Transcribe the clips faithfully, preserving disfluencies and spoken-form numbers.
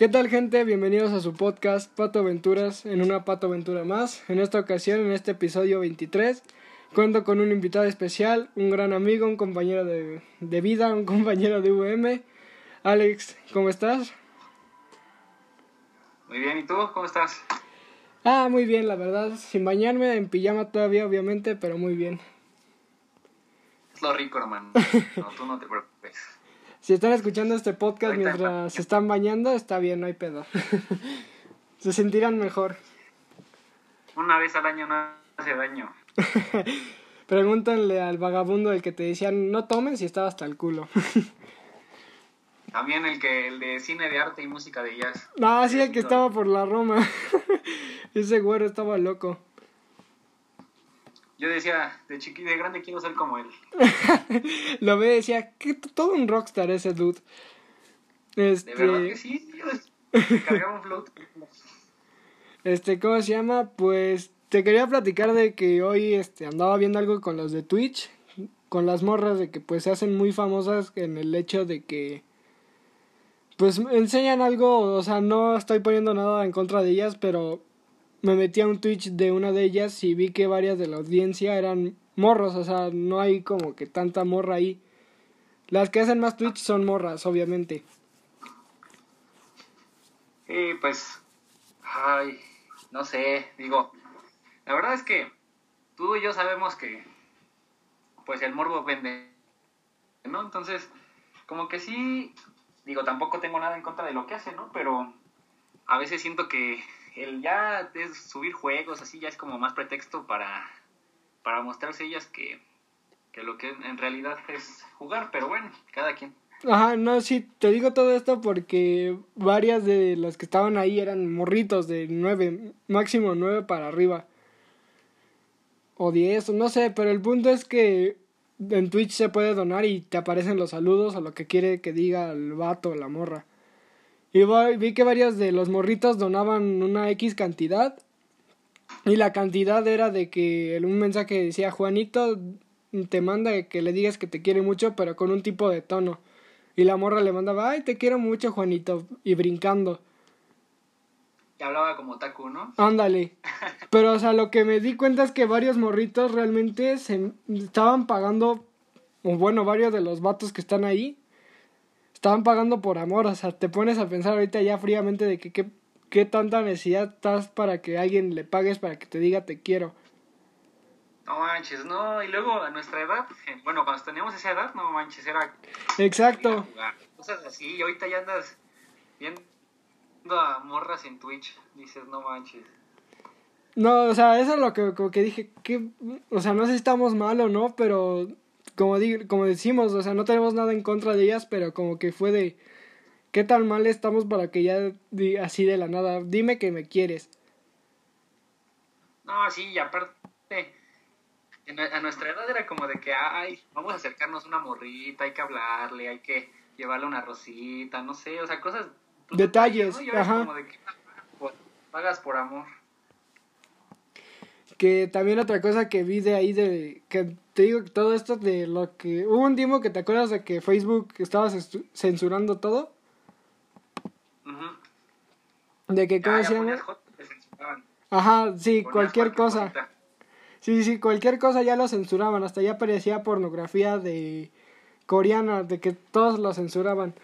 ¿Qué tal, gente? Bienvenidos a su podcast Pato Aventuras, en una Pato Aventura más. En esta ocasión, en este episodio veintitrés, cuento con un invitado especial, un gran amigo, un compañero de, de vida, un compañero de U M. Alex, ¿cómo estás? Muy bien, ¿y tú? ¿Cómo estás? Ah, muy bien, la verdad, sin bañarme, en pijama todavía, obviamente, pero muy bien. Es lo rico, hermano. No, tú no te preocupes. Si están escuchando este podcast Ahorita mientras se están bañando, está bien, no hay pedo. Se sentirán mejor. una vez al año no hace daño. Pregúntenle al vagabundo del que te decían no tomen si estaba hasta el culo. También el que el de cine de arte y música de jazz. No, sí, Es el que mi estaba ídolo. por la Roma. Ese güero estaba loco. Yo decía, de chiqui, de grande quiero ser como él. Lo ve y decía, que todo un rockstar ese dude. Este, De verdad que sí, yo me cargaba un float. este, ¿cómo se llama? Pues te quería platicar de que hoy este andaba viendo algo con los de Twitch, con las morras de que pues se hacen muy famosas en el hecho de que pues enseñan algo, o sea, no estoy poniendo nada en contra de ellas, pero me metí a un Twitch de una de ellas y vi que varias de la audiencia eran morros, o sea, no hay como que tanta morra ahí. Las que hacen más Twitch son morras, obviamente. Y pues, ay, no sé, digo, la verdad es que tú y yo sabemos que pues el morbo vende, ¿no? Entonces, como que sí, digo, tampoco tengo nada en contra de lo que hacen, ¿no? Pero a veces siento que el ya es subir juegos así ya es como más pretexto para, para mostrarse ellas que, que lo que en realidad es jugar, pero bueno, cada quien. Ajá, no, sí, te digo todo esto porque varias de las que estaban ahí eran morritos de nueve, máximo nueve para arriba. O diez, no sé, pero el punto es que en Twitch se puede donar y te aparecen los saludos o lo que quiere que diga el vato o la morra. Y voy- vi que varios de los morritos donaban una X cantidad. Y la cantidad era de que un mensaje decía, Juanito te manda que le digas que te quiere mucho, pero con un tipo de tono. Y la morra le mandaba, ay, te quiero mucho, Juanito, y brincando. Y hablaba como Taku, ¿no? Ándale. Pero, o sea, lo que me di cuenta es que varios morritos realmente se estaban pagando, o bueno, varios de los vatos que están ahí, estaban pagando por amor. O sea, te pones a pensar ahorita ya fríamente de que qué, qué tanta necesidad estás para que alguien le pagues para que te diga te quiero. No manches, no, y luego a nuestra edad, eh, bueno, cuando teníamos esa edad, no manches, era ir a Exacto. jugar, cosas así, y ahorita ya andas viendo a morras en Twitch, dices, no manches. No, o sea, eso es lo que, como que dije, que, o sea, no sé si estamos mal o no, pero como, di, como decimos, o sea, no tenemos nada en contra de ellas, pero como que fue de, ¿qué tan mal estamos para que ya di, así de la nada, dime que me quieres? No, sí, y aparte, en- a nuestra edad era como de que, ay, vamos a acercarnos a una morrita, hay que hablarle, hay que llevarle una rosita, no sé, o sea, cosas, pues detalles, Detalles, ¿no? Y ahora es ajá. como de que pues, pagas por amor. Que también otra cosa que vi de ahí, de que te digo que todo esto de lo que... Hubo un tiempo que te acuerdas de que Facebook estaba censu- censurando todo, Ujú. de que, Ya, ¿cómo se ya llama? ponías hot, te censuraban, Ajá, sí, ponías cualquier cualquier cosa. cosita. Sí, sí, cualquier cosa ya lo censuraban, hasta ya aparecía pornografía de coreana, de que todos lo censuraban.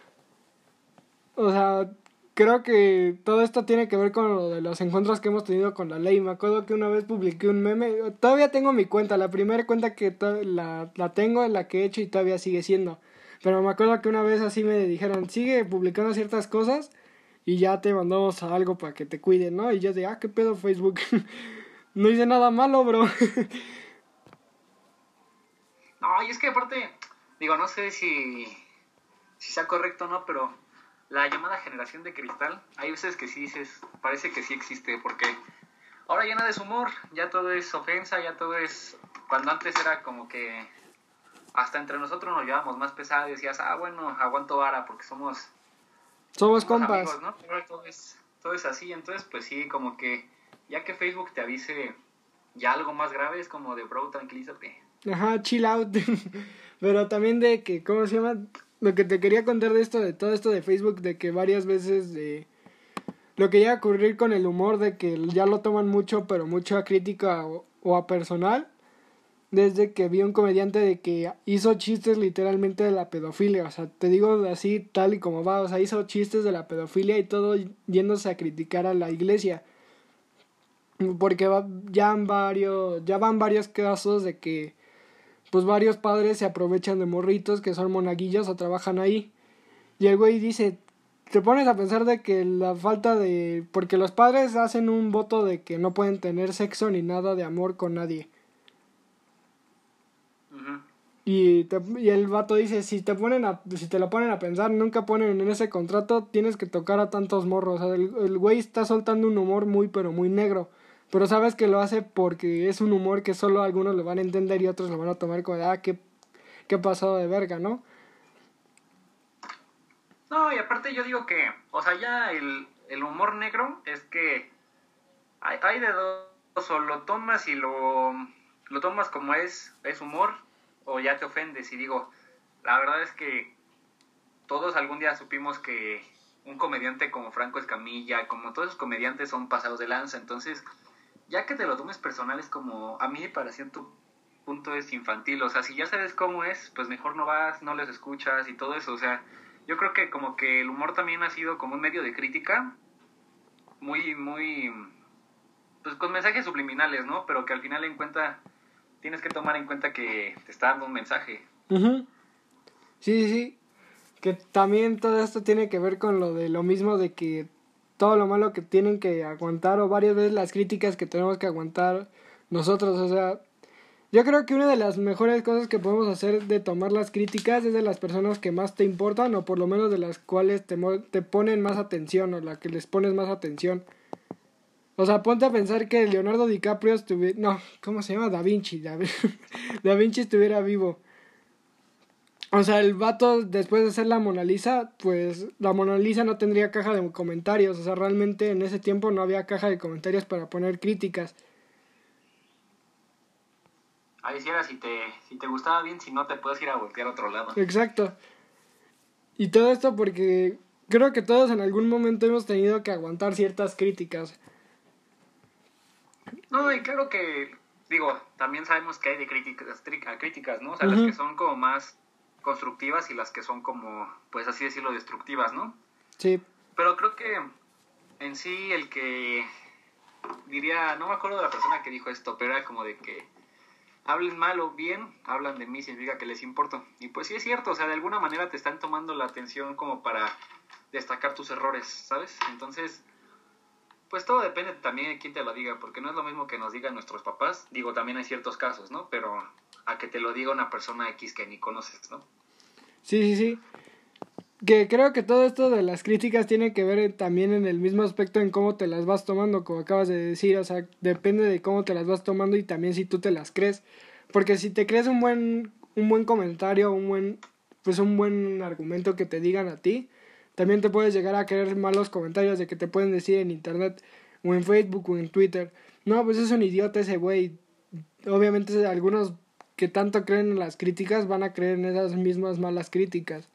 O sea, creo que todo esto tiene que ver con lo de los encuentros que hemos tenido con la ley. Me acuerdo que una vez publiqué un meme, todavía tengo mi cuenta, la primera cuenta que to- la, la tengo, la que he hecho y todavía sigue siendo. Pero me acuerdo que una vez así me dijeron, sigue publicando ciertas cosas y ya te mandamos a algo para que te cuiden, ¿no? Y yo de, ah, qué pedo Facebook. No hice nada malo, bro. No, y es que aparte, digo, no sé si, si sea correcto o no, pero la llamada generación de cristal, hay veces que sí dices, parece que sí existe, porque ahora ya nada es humor, ya todo es ofensa, ya todo es, cuando antes era como que hasta entre nosotros nos llevábamos más pesado y decías, ah, bueno, aguanto vara porque somos, Somos somos compas. amigos, ¿no? Ahora todo es, todo es así, entonces pues sí, como que ya que Facebook te avise ya algo más grave, es como de, bro, tranquilízate. Ajá, chill out. Pero también de que, ¿cómo se llama? lo que te quería contar de esto, de todo esto de Facebook, de que varias veces de lo que llega a ocurrir con el humor, de que ya lo toman mucho, pero mucho a crítica o, o a personal, desde que vi un comediante de que hizo chistes literalmente de la pedofilia, o sea, te digo así tal y como va, o sea, hizo chistes de la pedofilia y todo yéndose a criticar a la iglesia, porque va, ya van varios, ya van varios casos de que pues varios padres se aprovechan de morritos que son monaguillos o trabajan ahí, y el güey dice, te pones a pensar de que la falta de, porque los padres hacen un voto de que no pueden tener sexo ni nada de amor con nadie. Y, te, y el vato dice, si te ponen a, si te lo ponen a pensar, nunca ponen en ese contrato, tienes que tocar a tantos morros. O sea, el, el güey está soltando un humor muy, pero muy negro. Pero sabes que lo hace porque es un humor que solo algunos lo van a entender y otros lo van a tomar como de, ah, qué, qué pasado de verga, ¿no? No, y aparte yo digo que, o sea, ya el, el humor negro es que hay, hay de dos, o lo tomas y lo, lo tomas como es, es humor, o ya te ofendes. Y digo, la verdad es que todos algún día supimos que un comediante como Franco Escamilla, como todos esos comediantes son pasados de lanza, entonces ya que te lo tomes personal es como, a mí para cierto punto es infantil, o sea, si ya sabes cómo es, pues mejor no vas, no les escuchas y todo eso, o sea, yo creo que como que el humor también ha sido como un medio de crítica, muy, muy, pues con mensajes subliminales, ¿no? Pero que al final en cuenta tienes que tomar en cuenta que te está dando un mensaje. Uh-huh. Sí, sí, sí. Que también todo esto tiene que ver con lo de lo mismo de que todo lo malo que tienen que aguantar o varias veces las críticas que tenemos que aguantar nosotros. O sea, yo creo que una de las mejores cosas que podemos hacer de tomar las críticas es de las personas que más te importan o por lo menos de las cuales te, te ponen más atención o la que les pones más atención. O sea, ponte a pensar que Leonardo DiCaprio estuviera... No, ¿cómo se llama? Da Vinci. Da, da Vinci estuviera vivo. O sea, el vato, después de hacer la Mona Lisa, pues la Mona Lisa no tendría caja de comentarios. O sea, realmente en ese tiempo no había caja de comentarios para poner críticas. Ahí sí era, si te, si te gustaba bien, si no te puedes ir a voltear a otro lado. Exacto. Y todo esto porque creo que todos en algún momento hemos tenido que aguantar ciertas críticas. No, y claro que, digo, también sabemos que hay de críticas a críticas, ¿no? O sea, Uh-huh. las que son como más constructivas y las que son como, pues así decirlo, destructivas, ¿no? Sí. Pero creo que en sí el que diría, no me acuerdo de la persona que dijo esto, pero era como de que hablen mal o bien, hablan de mí, significa que les importo. Y pues sí es cierto, o sea, de alguna manera te están tomando la atención como para destacar tus errores, ¿sabes? Entonces, pues todo depende también de quién te lo diga, porque no es lo mismo que nos digan nuestros papás, digo, también hay ciertos casos, ¿no? Pero a que te lo diga una persona X que ni conoces, ¿no? Sí, sí, sí. Que creo que todo esto de las críticas tiene que ver también en el mismo aspecto en cómo te las vas tomando, como acabas de decir, o sea, depende de cómo te las vas tomando y también si tú te las crees, porque si te crees un buen un buen comentario, un buen pues un buen argumento que te digan a ti, también te puedes llegar a creer malos comentarios de que te pueden decir en internet o en Facebook o en Twitter, no, pues es un idiota ese güey. Obviamente algunos que tanto creen en las críticas van a creer en esas mismas malas críticas.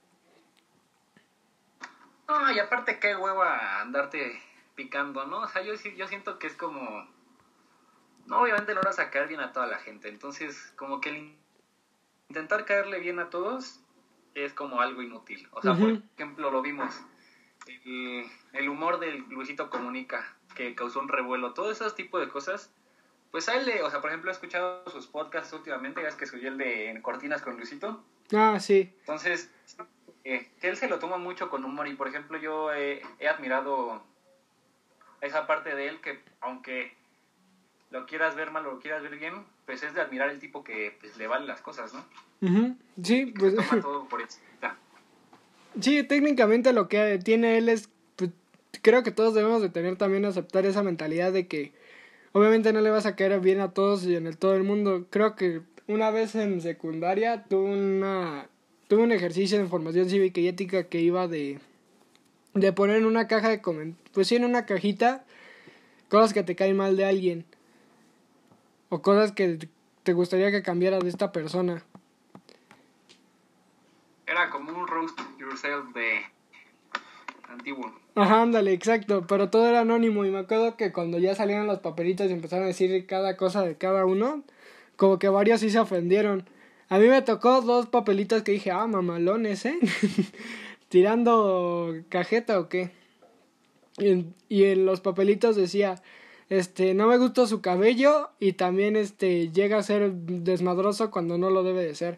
No, y aparte qué hueva andarte picando, ¿no? O sea, yo, yo siento que es como... No, obviamente no vas a caer bien a toda la gente. Entonces, como que el intentar caerle bien a todos es como algo inútil. O sea, uh-huh. Por ejemplo, lo vimos. El, el humor del Luisito Comunica, que causó un revuelo. Todos esos tipos de cosas. Pues a él, le, o sea, por ejemplo, he escuchado sus podcasts últimamente. Ya es que subió el de Cortinas con Luisito. Ah, sí. Entonces... Eh, que él se lo toma mucho con humor y por ejemplo yo he, he admirado esa parte de él que aunque lo quieras ver mal o lo quieras ver bien, pues es de admirar el tipo que pues, le vale las cosas, ¿no? Uh-huh. Sí, pues... Se toma todo por eso. Sí, técnicamente lo que tiene él es, pues, creo que todos debemos de tener también aceptar esa mentalidad de que obviamente no le vas a caer bien a todos y en el todo el mundo. Creo que una vez en secundaria tuve una... Tuve un ejercicio de formación cívica y ética que iba de, de poner en una caja de comentarios, pues sí, en una cajita, cosas que te caen mal de alguien. O cosas que te gustaría que cambiara de esta persona. Era como un roast yourself de antiguo. Ajá, ándale, exacto, pero todo era anónimo y me acuerdo que cuando ya salieron los papelitos y empezaron a decir cada cosa de cada uno, como que varios sí se ofendieron. A mí me tocó dos papelitos que dije, ah, mamalones, ¿eh? ¿Tirando cajeta o qué? Y en, y en los papelitos decía, este, no me gusta su cabello y también este llega a ser desmadroso cuando no lo debe de ser.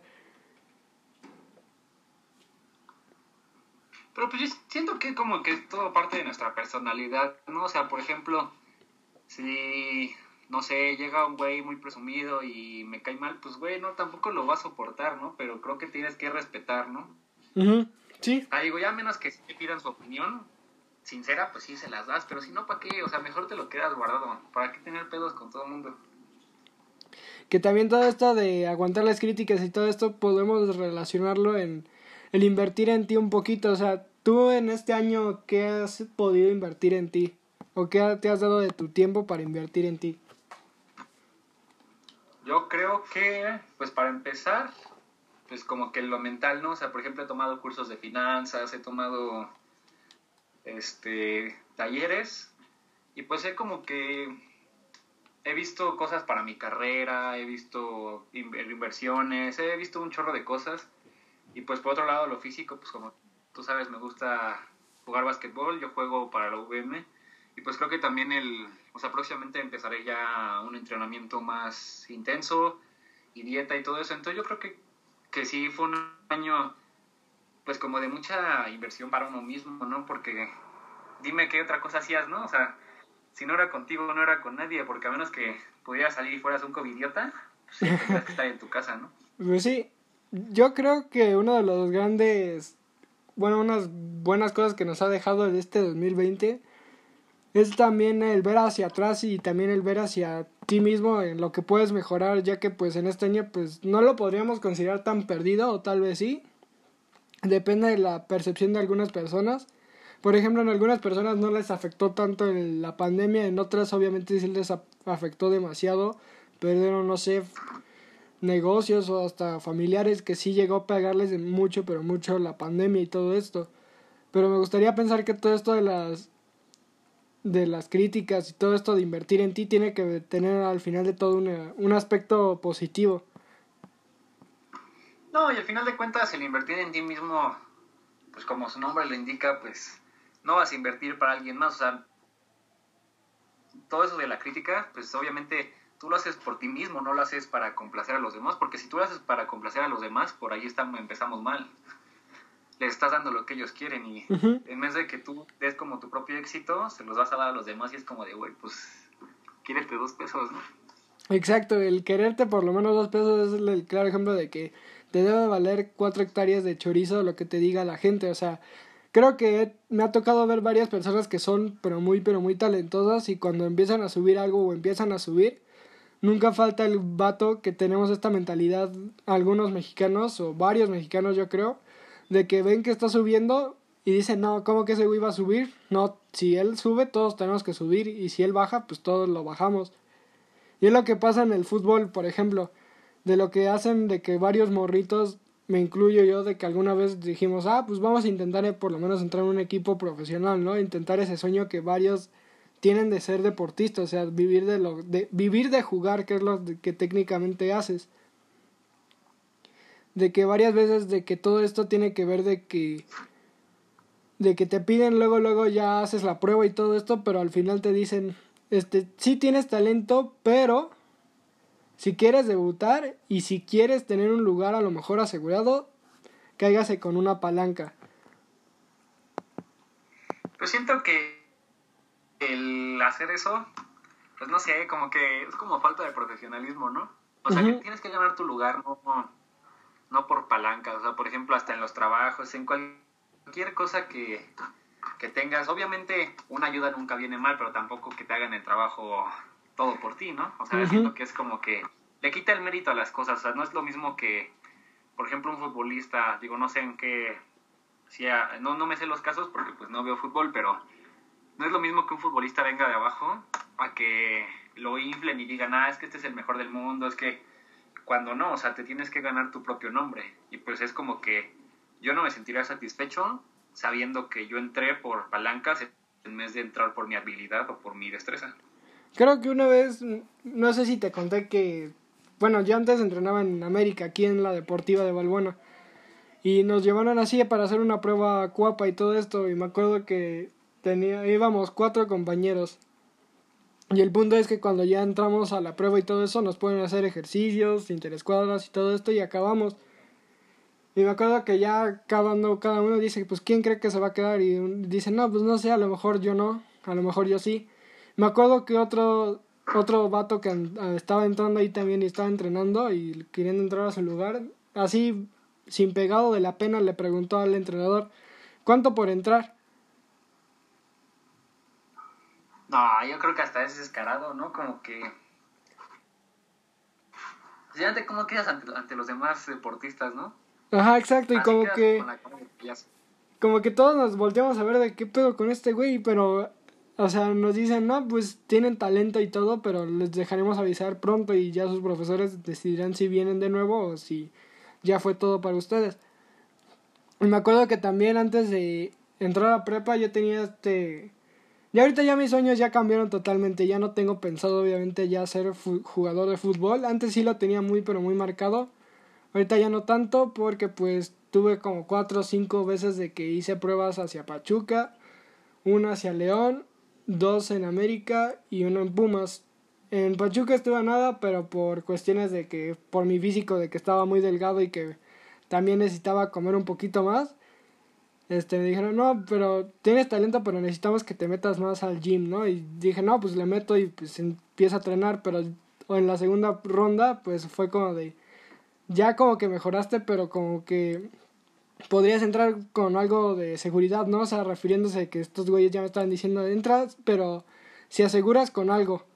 Pero pues yo siento que como que es todo parte de nuestra personalidad, ¿no? O sea, por ejemplo, si, no sé, llega un güey muy presumido y me cae mal, pues güey, no, tampoco lo va a soportar, ¿no? Pero creo que tienes que respetar, ¿no? Uh-huh. Sí. Ah, digo, ya menos que si te pidan su opinión sincera, pues sí se las das, pero si no, ¿para qué? O sea, mejor te lo quedas guardado. ¿Para qué tener pedos con todo el mundo? Que también todo esto de aguantar las críticas y todo esto podemos relacionarlo en el invertir en ti un poquito. O sea, tú en este año, ¿qué has podido invertir en ti? ¿O qué te has dado de tu tiempo para invertir en ti? Yo creo que, pues para empezar, pues como que lo mental, ¿no? O sea, por ejemplo, he tomado cursos de finanzas, he tomado este talleres y pues he como que he visto cosas para mi carrera, he visto inversiones, he visto un chorro de cosas. Y pues por otro lado, lo físico, pues como tú sabes, me gusta jugar básquetbol, yo juego para la U V M. Y pues creo que también el, o sea, próximamente empezaré ya un entrenamiento más intenso y dieta y todo eso. Entonces yo creo que, que sí fue un año, pues como de mucha inversión para uno mismo, ¿no? Porque dime qué otra cosa hacías, ¿no? O sea, si no era contigo, no era con nadie, porque a menos que pudieras salir y fueras un covidiota, pues sí, tendrías que estar en tu casa, ¿no? Pues sí, yo creo que uno de los grandes, bueno, unas buenas cosas que nos ha dejado en este dos mil veinte es también el ver hacia atrás y también el ver hacia ti mismo en lo que puedes mejorar, ya que pues en este año pues no lo podríamos considerar tan perdido, o tal vez sí, depende de la percepción de algunas personas. Por ejemplo, en algunas personas no les afectó tanto en la pandemia, en otras obviamente sí les afectó demasiado, perdieron, no sé, negocios o hasta familiares, que sí llegó a pegarles mucho, pero mucho la pandemia y todo esto. Pero me gustaría pensar que todo esto de las de las críticas y todo esto de invertir en ti tiene que tener al final de todo una, un aspecto positivo. No, y al final de cuentas el invertir en ti mismo, pues como su nombre lo indica, pues no vas a invertir para alguien más. O sea, todo eso de la crítica, pues obviamente tú lo haces por ti mismo, no lo haces para complacer a los demás, porque si tú lo haces para complacer a los demás, por ahí estamos, empezamos mal. Les estás dando lo que ellos quieren y uh-huh. En vez de que tú des como tu propio éxito, se los vas a dar a los demás y es como de, güey, pues, quírete dos pesos, ¿no? Exacto, el quererte por lo menos dos pesos es el claro ejemplo de que te debe valer cuatro hectáreas de chorizo lo que te diga la gente. O sea, creo que me ha tocado ver varias personas que son pero muy, pero muy talentosas y cuando empiezan a subir algo o empiezan a subir, nunca falta el vato que tenemos esta mentalidad, algunos mexicanos o varios mexicanos yo creo, de que ven que está subiendo y dicen, no, ¿cómo que ese güey va a subir? No, si él sube, todos tenemos que subir, y si él baja, pues todos lo bajamos. Y es lo que pasa en el fútbol, por ejemplo, de lo que hacen de que varios morritos, me incluyo yo, de que alguna vez dijimos, ah, pues vamos a intentar eh, por lo menos entrar en un equipo profesional, ¿no? Intentar ese sueño que varios tienen de ser deportistas, o sea, vivir de lo de vivir de jugar, que es lo que técnicamente haces. De que varias veces de que todo esto tiene que ver de que de que te piden luego luego ya haces la prueba y todo esto, pero al final te dicen, este, sí tienes talento, pero si quieres debutar y si quieres tener un lugar a lo mejor asegurado, cáigase con una palanca. Pues siento que el hacer eso, pues no sé, como que es como falta de profesionalismo, ¿no? O sea, uh-huh. que tienes que ganar tu lugar, no, no por palanca. O sea, por ejemplo, hasta en los trabajos, en cualquier cosa que, que tengas. Obviamente, una ayuda nunca viene mal, pero tampoco que te hagan el trabajo todo por ti, ¿no? O sea, uh-huh. siento que es como que le quita el mérito a las cosas. O sea, no es lo mismo que, por ejemplo, un futbolista, digo, no sé en qué, si a, no, no me sé los casos porque pues no veo fútbol, pero no es lo mismo que un futbolista venga de abajo a que lo inflen y digan, ah, es que este es el mejor del mundo, es que cuando no, o sea, te tienes que ganar tu propio nombre. Y pues es como que yo no me sentiría satisfecho sabiendo que yo entré por palancas en vez de entrar por mi habilidad o por mi destreza. Creo que una vez, no sé si te conté que, bueno, yo antes entrenaba en América, aquí en la Deportiva de Balbuena, y nos llevaron así para hacer una prueba cuapa y todo esto, y me acuerdo que tenía, íbamos cuatro compañeros, y el punto es que cuando ya entramos a la prueba y todo eso, nos pueden hacer ejercicios, interescuadras y todo esto, y acabamos. Y me acuerdo que ya acabando cada uno dice, pues ¿quién cree que se va a quedar? Y dice, no, pues no sé, a lo mejor yo no, a lo mejor yo sí. Me acuerdo que otro otro vato que estaba entrando ahí también y estaba entrenando y queriendo entrar a su lugar, así sin pegado de la pena le preguntó al entrenador, ¿cuánto por entrar? No, yo creo que hasta es descarado, ¿no? Como que... Fíjate cómo quedas ante, ante los demás deportistas, ¿no? Ajá, exacto, y Así como quedas que... con la cara de payaso. Como que todos nos volteamos a ver de qué pedo con este güey, pero... O sea, nos dicen, no, pues tienen talento y todo, pero les dejaremos avisar pronto y ya sus profesores decidirán si vienen de nuevo o si ya fue todo para ustedes. Y me acuerdo que también antes de entrar a prepa yo tenía este... Y ahorita ya mis sueños ya cambiaron totalmente, ya no tengo pensado obviamente ya ser fu- jugador de fútbol. Antes sí lo tenía muy pero muy marcado, ahorita ya no tanto porque pues tuve como cuatro o cinco veces de que hice pruebas hacia Pachuca, una hacia León, dos en América y uno en Pumas. En Pachuca estuve a nada, pero por cuestiones de que, por mi físico, de que estaba muy delgado y que también necesitaba comer un poquito más, este, me dijeron, no, pero tienes talento, pero necesitamos que te metas más al gym, ¿no? Y dije, no, pues le meto y pues empiezo a entrenar, pero o en la segunda ronda, pues fue como de, ya como que mejoraste, pero como que podrías entrar con algo de seguridad, ¿no? O sea, refiriéndose que estos güeyes ya me estaban diciendo, entras, pero si aseguras con algo.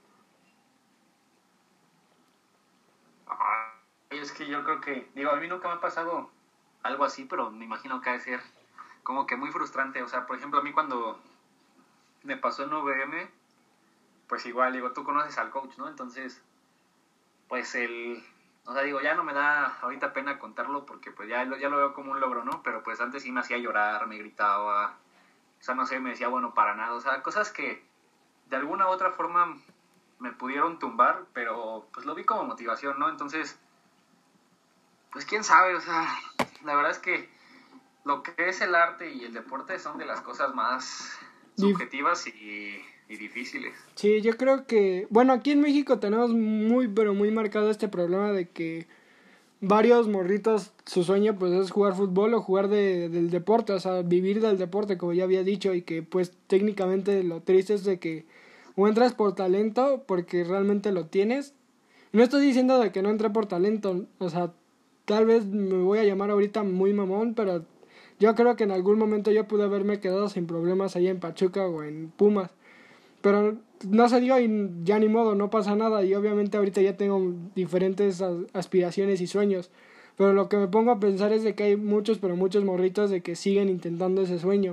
Ay, es que yo creo que, digo, a mí nunca me ha pasado algo así, pero me imagino que ha de ser como que muy frustrante. O sea, por ejemplo, a mí cuando me pasó en U V M, pues igual, digo, tú conoces al coach, ¿no? Entonces, pues el, o sea, digo, ya no me da ahorita pena contarlo porque pues ya, lo- ya lo veo como un logro, ¿no? Pero pues antes sí me hacía llorar, me gritaba, o sea, no sé, me decía, bueno, para nada, o sea, cosas que de alguna u otra forma me pudieron tumbar, pero pues lo vi como motivación, ¿no? Entonces, pues quién sabe, o sea, la verdad es que lo que es el arte y el deporte son de las cosas más Dif- subjetivas y, y difíciles. Sí, yo creo que, bueno, aquí en México tenemos muy, pero muy marcado este problema de que varios morritos, su sueño pues es jugar fútbol o jugar de, del deporte, o sea, vivir del deporte, como ya había dicho, y que pues técnicamente lo triste es de que o entras por talento, porque realmente lo tienes. No estoy diciendo de que no entré por talento, o sea, tal vez me voy a llamar ahorita muy mamón, pero yo creo que en algún momento yo pude haberme quedado sin problemas ahí en Pachuca o en Pumas. Pero no se dio y ya ni modo, no pasa nada. Y obviamente ahorita ya tengo diferentes aspiraciones y sueños. Pero lo que me pongo a pensar es de que hay muchos, pero muchos morritos de que siguen intentando ese sueño.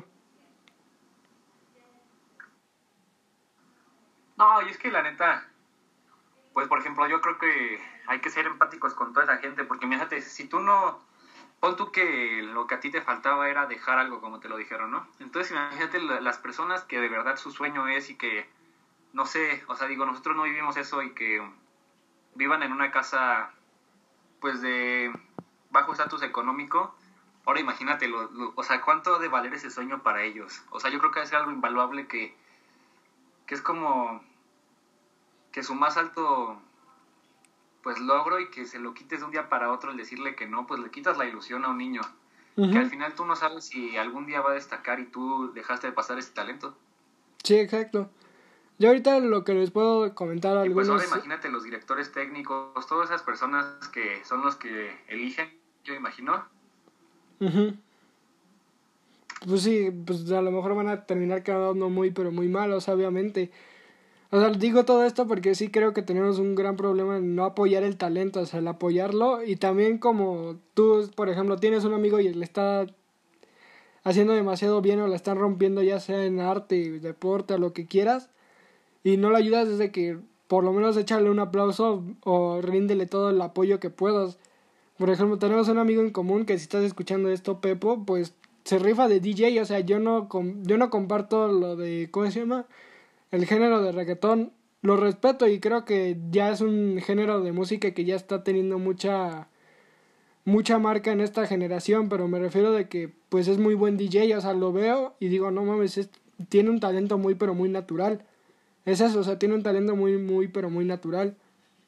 No, y es que la neta, pues por ejemplo, yo creo que hay que ser empáticos con toda esa gente, porque imagínate, si tú no, pon tú que lo que a ti te faltaba era dejar algo, como te lo dijeron, ¿no? Entonces imagínate la- las personas que de verdad su sueño es y que, no sé, o sea, digo, nosotros no vivimos eso y que vivan en una casa, pues de bajo estatus económico. Ahora imagínate, lo, lo- o sea, ¿cuánto ha de valer ese sueño para ellos? O sea, yo creo que es algo invaluable que, que es como que su más alto pues logro y que se lo quites de un día para otro el decirle que no, pues le quitas la ilusión a un niño, que al Uh-huh. final tú no sabes si algún día va a destacar y tú dejaste de pasar ese talento. Sí, exacto. Yo ahorita lo que les puedo comentar a Y pues ahora algunos... imagínate los directores técnicos, todas esas personas que son los que eligen, yo imagino. Uh-huh. Pues sí, pues a lo mejor van a terminar quedando muy, pero muy malos, obviamente. O sea, digo todo esto porque sí creo que tenemos un gran problema en no apoyar el talento, o sea, el apoyarlo. Y también como tú, por ejemplo, tienes un amigo y le está haciendo demasiado bien o la están rompiendo ya sea en arte, deporte o lo que quieras, y no lo ayudas desde que por lo menos échale un aplauso o ríndele todo el apoyo que puedas. Por ejemplo, tenemos un amigo en común que si estás escuchando esto, Pepo, pues se rifa de D J, o sea, yo no, com- yo no comparto lo de, ¿cómo se llama? El género de reggaetón. Lo respeto y creo que ya es un género de música que ya está teniendo mucha mucha marca en esta generación, pero me refiero de que pues es muy buen D J, o sea, lo veo y digo, no mames, es- tiene un talento muy pero muy natural. Es eso, o sea, tiene un talento muy muy pero muy natural.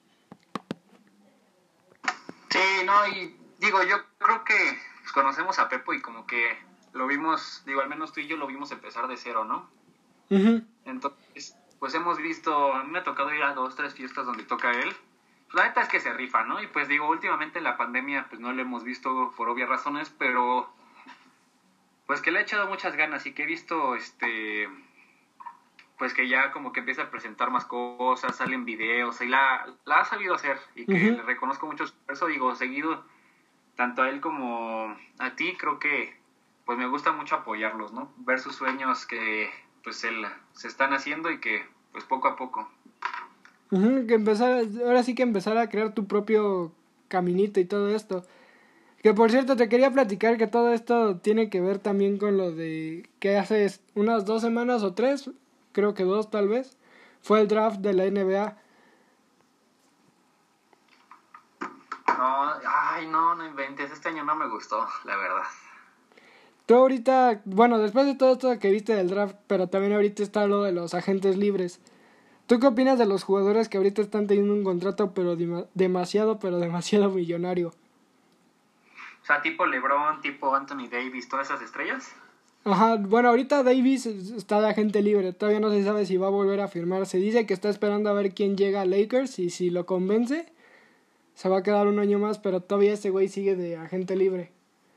Sí, no, y digo, yo creo que pues, conocemos a Pepo y como que lo vimos, digo, al menos tú y yo lo vimos empezar de cero, ¿no? Uh-huh. Entonces, pues hemos visto, a mí me ha tocado ir a dos, tres fiestas donde toca él. La neta es que se rifa, ¿no? Y pues digo, últimamente en la pandemia pues no lo hemos visto por obvias razones, pero pues que le ha echado muchas ganas y que he visto, este, pues que ya como que empieza a presentar más cosas, salen videos y la, la ha sabido hacer y que Uh-huh. le reconozco mucho su esfuerzo, digo, seguido, tanto a él como a ti, creo que pues me gusta mucho apoyarlos, ¿no? Ver sus sueños que pues él, se están haciendo y que pues poco a poco. Uh-huh. Que empezar, ahora sí que empezar a crear tu propio caminito y todo esto. Que por cierto, te quería platicar que todo esto tiene que ver también con lo de que hace unas dos semanas o tres, creo que dos tal vez, fue el draft de la N B A. No, ay, no, no inventes, este año no me gustó, la verdad. Tú ahorita, bueno, después de todo esto que viste del draft, pero también ahorita está lo de los agentes libres. ¿Tú qué opinas de los jugadores que ahorita están teniendo un contrato pero dema- demasiado, pero demasiado millonario? O sea, tipo LeBron, tipo Anthony Davis, todas esas estrellas. Ajá, bueno, ahorita Davis está de agente libre, todavía no se sabe si va a volver a firmar. Se dice que está esperando a ver quién llega a Lakers y si lo convence, se va a quedar un año más, pero todavía ese güey sigue de agente libre.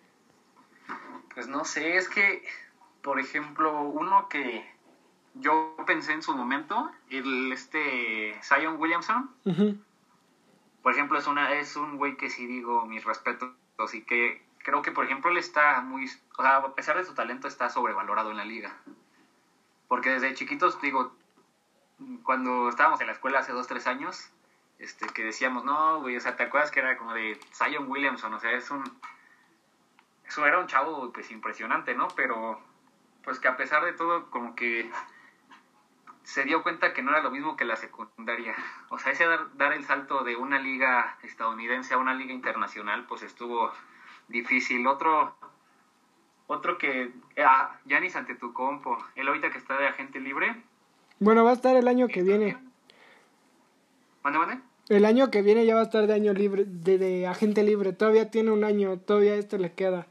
Pues no sé, es que, por ejemplo, uno que yo pensé en su momento, el este Zion Williamson, Uh-huh. por ejemplo, es una es un güey que sí digo mis respetos y que creo que, por ejemplo, él está muy, o sea, a pesar de su talento, está sobrevalorado en la liga. Porque desde chiquitos, digo, cuando estábamos en la escuela hace dos, tres años, este, que decíamos, no, güey, o sea, ¿te acuerdas que era como de Zion Williamson? O sea, es un, eso era un chavo, pues, impresionante, ¿no? Pero, pues, que a pesar de todo, como que se dio cuenta que no era lo mismo que la secundaria. O sea, ese dar, dar el salto de una liga estadounidense a una liga internacional, pues, estuvo difícil. Otro, otro que, ah, Giannis Antetokounmpo, él ahorita que está de agente libre. Bueno, va a estar el año que viene. ¿Mande, mande? El año que viene ya va a estar de año libre, de, de agente libre. Todavía tiene un año, todavía este le queda.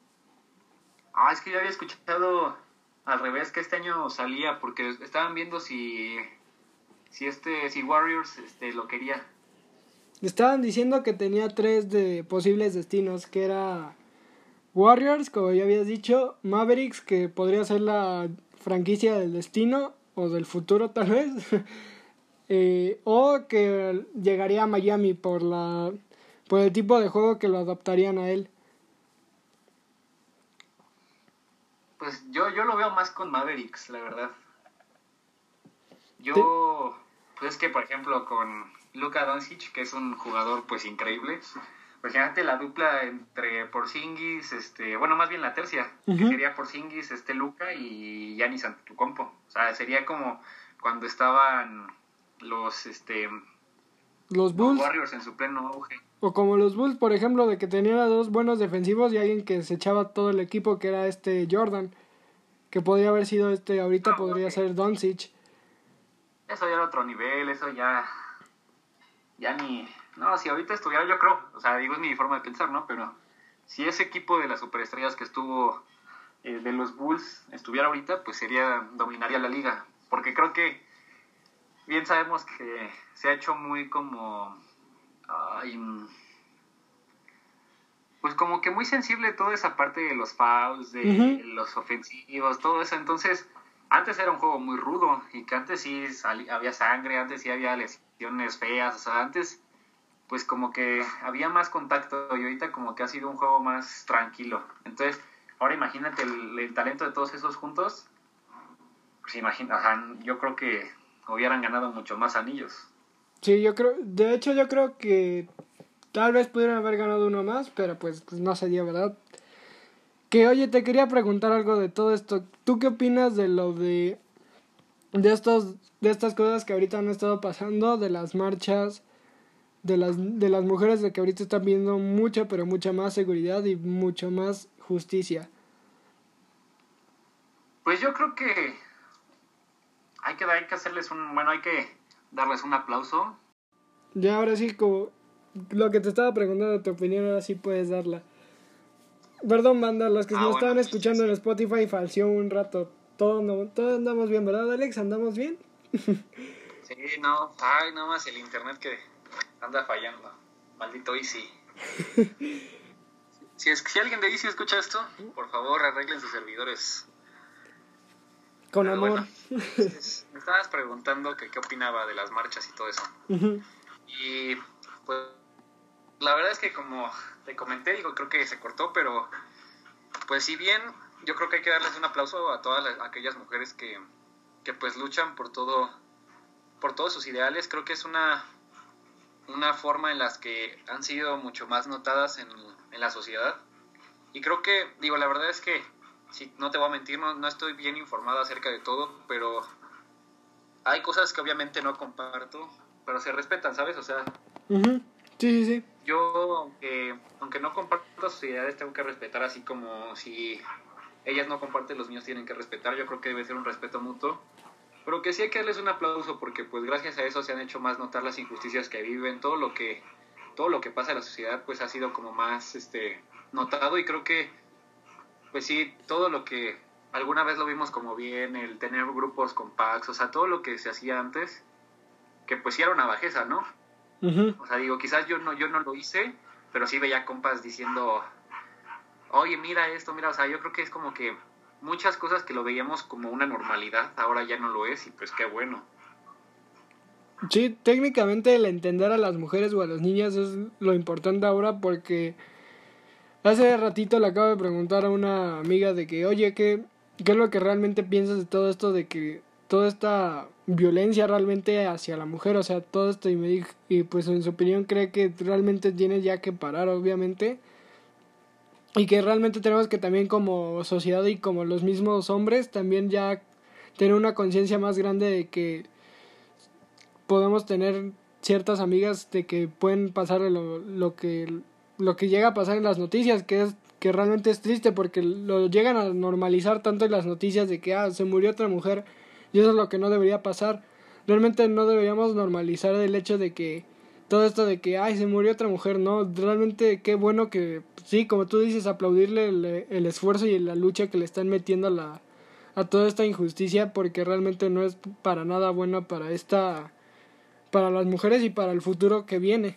Ah, es que yo había escuchado al revés que este año salía porque estaban viendo si si este si Warriors este lo quería. Estaban diciendo que tenía tres de posibles destinos, que era Warriors, como ya habías dicho, Mavericks, que podría ser la franquicia del destino o del futuro tal vez, eh, o que llegaría a Miami por la por el tipo de juego que lo adaptarían a él. Pues yo yo lo veo más con Mavericks, la verdad. Sí. Yo pues es que por ejemplo con Luka Doncic, que es un jugador pues increíble. Pues imagínate la dupla entre Porzingis, este, bueno, más bien la tercia, uh-huh. que sería Porzingis, este Luka y Giannis Antetokounmpo. O sea, sería como cuando estaban los este los Bulls, los Warriors en su pleno auge. O como los Bulls, por ejemplo, de que tenían a dos buenos defensivos y alguien que se echaba todo el equipo, que era este Jordan, que podría haber sido este, ahorita no, podría okay. ser Doncic. Eso ya era otro nivel, eso ya ya ni... No, si ahorita estuviera, yo creo, o sea, digo, es mi forma de pensar, ¿no? Pero si ese equipo de las superestrellas que estuvo eh, de los Bulls estuviera ahorita, pues sería, dominaría la liga. Porque creo que bien sabemos que se ha hecho muy como... Ay, pues como que muy sensible toda esa parte de los fouls, de uh-huh. los ofensivos, todo eso. Entonces, antes era un juego muy rudo y que antes sí salía, había sangre, antes sí había lesiones feas, o sea, antes pues como que había más contacto y ahorita como que ha sido un juego más tranquilo. Entonces, ahora imagínate el, el talento de todos esos juntos, pues imagina, o sea, yo creo que hubieran ganado mucho más anillos. Sí, yo creo, de hecho yo creo que tal vez pudieron haber ganado uno más, pero pues, pues no se dio, ¿verdad? Que oye, te quería preguntar algo de todo esto. ¿Tú qué opinas de lo de de estos de estas cosas que ahorita han estado pasando, de las marchas, de las de las mujeres, de que ahorita están viendo mucha, pero mucha más seguridad y mucho más justicia? Pues yo creo que hay que, hay que hacerles un, bueno, hay que darles un aplauso. Ya ahora sí, como lo que te estaba preguntando, tu opinión, ahora sí puedes darla. Perdón, banda, los que Ah, nos bueno, estaban pues, escuchando en Spotify falció un rato. Todos no, todos andamos bien, ¿verdad, Alex? ¿Andamos bien? sí, no, ay, no más el internet que anda fallando. Maldito Easy. Si, es, si alguien de Easy escucha esto, por favor arreglen sus servidores. Con Pero amor. bueno, entonces, me estabas preguntando que qué opinaba de las marchas y todo eso. Ujú. Y pues la verdad es que como te comenté, digo, creo que se cortó, pero pues si bien yo creo que hay que darles un aplauso a todas las, a aquellas mujeres que, que pues luchan por todo, por todos sus ideales. Creo que es una, una forma en las que han sido mucho más notadas en, en la sociedad. Y creo que, digo, la verdad es que, si no te voy a mentir, no, no estoy bien informado acerca de todo, pero hay cosas que obviamente no comparto, pero se respetan, ¿sabes? O sea, Ujú. Sí, sí, sí. yo, aunque, aunque no comparto sus ideales, tengo que respetar, así como si ellas no comparten los míos, tienen que respetar. Yo creo que debe ser un respeto mutuo, pero que sí hay que darles un aplauso, porque pues gracias a eso se han hecho más notar las injusticias que viven, todo lo que, todo lo que pasa en la sociedad pues ha sido como más este notado. Y creo que pues sí, todo lo que alguna vez lo vimos como bien, el tener grupos con packs, o sea, todo lo que se hacía antes, que pues sí era una bajeza, ¿no? Ujú. O sea, digo, quizás yo no, yo no lo hice, pero sí veía compas diciendo, oye, mira esto, mira, o sea, yo creo que es como que muchas cosas que lo veíamos como una normalidad, ahora ya no lo es, y pues qué bueno. Sí, técnicamente el entender a las mujeres o a las niñas es lo importante ahora, porque hace ratito le acabo de preguntar a una amiga de que, oye, ¿qué, qué es lo que realmente piensas de todo esto, de que toda esta violencia realmente hacia la mujer, o sea, todo esto? Y me dijo, y pues en su opinión cree que realmente tiene ya que parar, obviamente, y que realmente tenemos que también como sociedad y como los mismos hombres también ya tener una conciencia más grande de que podemos tener ciertas amigas de que pueden pasar lo, lo que lo que llega a pasar en las noticias, que es que realmente es triste, porque lo llegan a normalizar tanto en las noticias de que ah, se murió otra mujer, y eso es lo que no debería pasar. Realmente no deberíamos normalizar el hecho de que todo esto de que ay, se murió otra mujer, no, realmente qué bueno que sí, como tú dices, aplaudirle el, el esfuerzo y la lucha que le están metiendo a la a toda esta injusticia, porque realmente no es para nada bueno para esta para las mujeres y para el futuro que viene.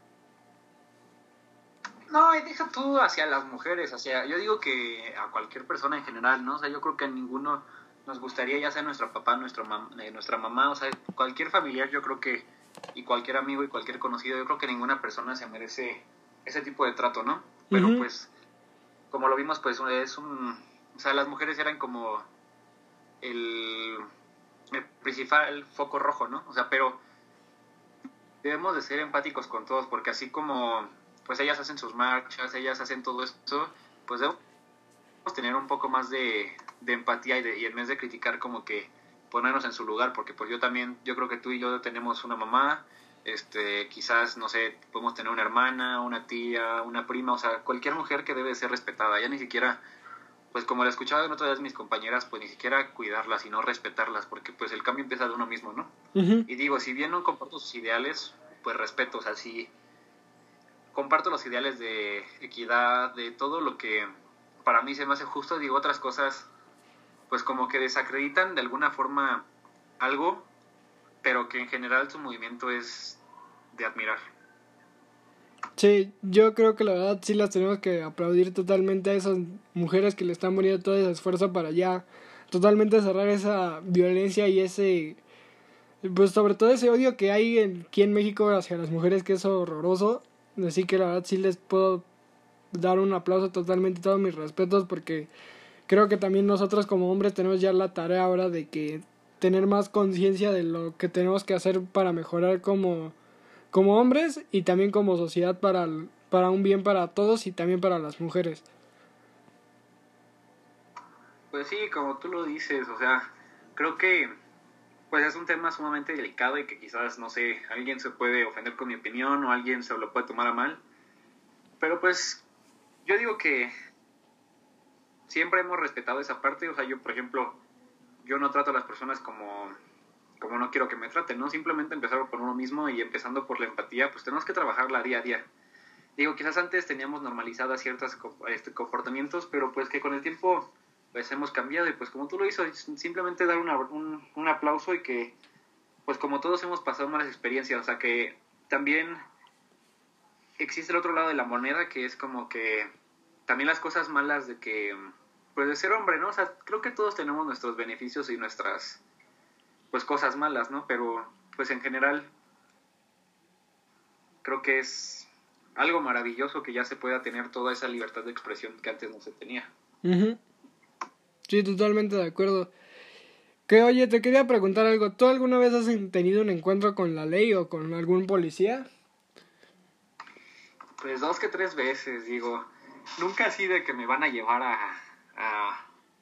No, y deja tú hacia las mujeres, hacia, yo digo que a cualquier persona en general, ¿no? O sea, yo creo que a ninguno nos gustaría, ya sea nuestro papá, nuestro mam, eh, nuestra mamá, o sea, cualquier familiar, yo creo que, y cualquier amigo y cualquier conocido, yo creo que ninguna persona se merece ese tipo de trato, ¿no? Pero Uh-huh. pues, como lo vimos, pues es un, o sea, las mujeres eran como el, el principal foco rojo, ¿no? O sea, pero debemos de ser empáticos con todos, porque así como pues ellas hacen sus marchas, ellas hacen todo esto, pues debemos tener un poco más de, de empatía y, de, y en vez de criticar, como que ponernos en su lugar, porque pues yo también, yo creo que tú y yo tenemos una mamá, este, quizás, no sé, podemos tener una hermana, una tía, una prima, o sea, cualquier mujer que debe ser respetada, ya ni siquiera, pues como la escuchaba en otras de mis compañeras, pues ni siquiera cuidarlas, sino respetarlas, porque pues el cambio empieza de uno mismo, ¿no? Uh-huh. Y digo, si bien no comparto sus ideales, pues respeto, o sea, sí comparto los ideales de equidad, de todo lo que para mí se me hace justo. Digo, otras cosas pues como que desacreditan de alguna forma algo, pero que en general su movimiento es de admirar. Sí, yo creo que la verdad sí las tenemos que aplaudir totalmente a esas mujeres que le están poniendo todo ese esfuerzo para ya totalmente cerrar esa violencia y ese, pues sobre todo ese odio que hay aquí en México hacia las mujeres, que es horroroso. Así que la verdad sí les puedo dar un aplauso totalmente, todos mis respetos, porque creo que también nosotros como hombres tenemos ya la tarea ahora de que tener más conciencia de lo que tenemos que hacer para mejorar como como hombres y también como sociedad para, el- para un bien para todos y también para las mujeres. Pues sí, como tú lo dices, o sea, creo que pues es un tema sumamente delicado y que quizás, no sé, alguien se puede ofender con mi opinión o alguien se lo puede tomar a mal. Pero pues yo digo que siempre hemos respetado esa parte, o sea, yo por ejemplo, yo no trato a las personas como, como no quiero que me traten, ¿no? Simplemente empezar por uno mismo y empezando por la empatía, pues tenemos que trabajarla día a día. Digo, quizás antes teníamos normalizadas ciertos este, comportamientos, pero pues que con el tiempo pues hemos cambiado y pues como tú lo hizo, simplemente dar una, un, un aplauso y que pues como todos hemos pasado malas experiencias, o sea que también existe el otro lado de la moneda que es como que también las cosas malas de que pues de ser hombre, ¿no? O sea, creo que todos tenemos nuestros beneficios y nuestras pues cosas malas, ¿no? Pero pues en general creo que es algo maravilloso que ya se pueda tener toda esa libertad de expresión que antes no se tenía. Uh-huh. Sí, totalmente de acuerdo. Que oye, te quería preguntar algo. ¿Tú alguna vez has tenido un encuentro con la ley o con algún policía? Pues dos que tres veces, digo. Nunca así de que me van a llevar a... a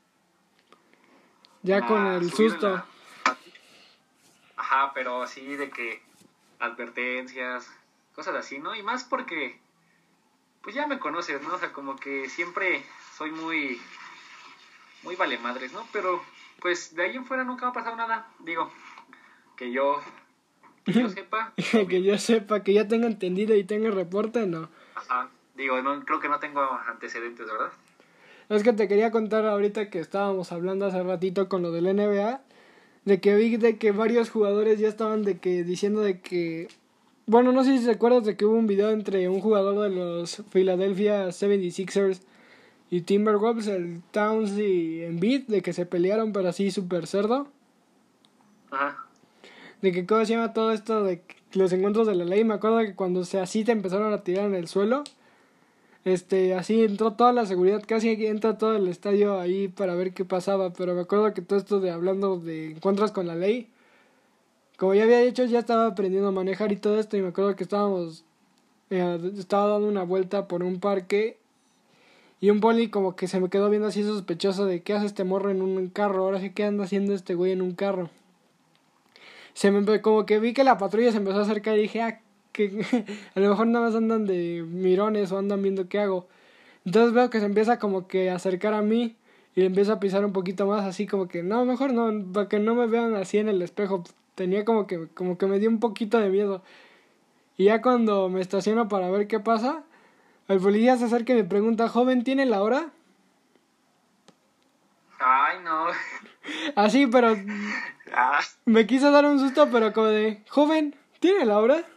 Ya a con el subir susto. la... Ajá, pero así de que advertencias, cosas así, ¿no? Y más porque, pues ya me conoces, ¿no? O sea, como que siempre soy muy, muy vale madres, ¿no? Pero, pues de ahí en fuera nunca me ha pasado nada. Digo, que yo, que yo sepa, todo Que bien. yo sepa, que ya tenga entendido y tenga reporte, no. Ajá. Digo, no, creo que no tengo antecedentes, ¿verdad? Es que te quería contar ahorita que estábamos hablando hace ratito con lo del N B A, de que vi de que varios jugadores ya estaban de que diciendo de que, bueno, no sé si te acuerdas de que hubo un video entre un jugador de los Philadelphia setenta y seis ers y Timberwolves, el Towns y Embiid, de que se pelearon pero así súper cerdo, Ajá. de que cómo se llama todo esto de los encuentros de la ley. Me acuerdo que cuando se así te empezaron a tirar en el suelo, este, así entró toda la seguridad, casi entra todo el estadio ahí para ver qué pasaba, pero me acuerdo que todo esto de hablando de encuentros con la ley, como ya había dicho, ya estaba aprendiendo a manejar y todo esto, y me acuerdo que estábamos, eh, estaba dando una vuelta por un parque, y un poli como que se me quedó viendo así sospechoso de qué hace este morro en un carro, ahora sí qué anda haciendo este güey en un carro. Se me, como que vi que la patrulla se empezó a acercar y dije, ah, que a lo mejor nada más andan de mirones o andan viendo qué hago. Entonces veo que se empieza como que a acercar a mí y le empieza a pisar un poquito más, así como que no, mejor no, para que no me vean así en el espejo. Tenía como que, como que me dio un poquito de miedo. Y ya cuando me estaciono para ver qué pasa, el policía se acerca y me pregunta, joven, ¿tiene la hora? Ay, no. Así, pero Ah. me quiso dar un susto, pero como de, joven, ¿tiene la hora?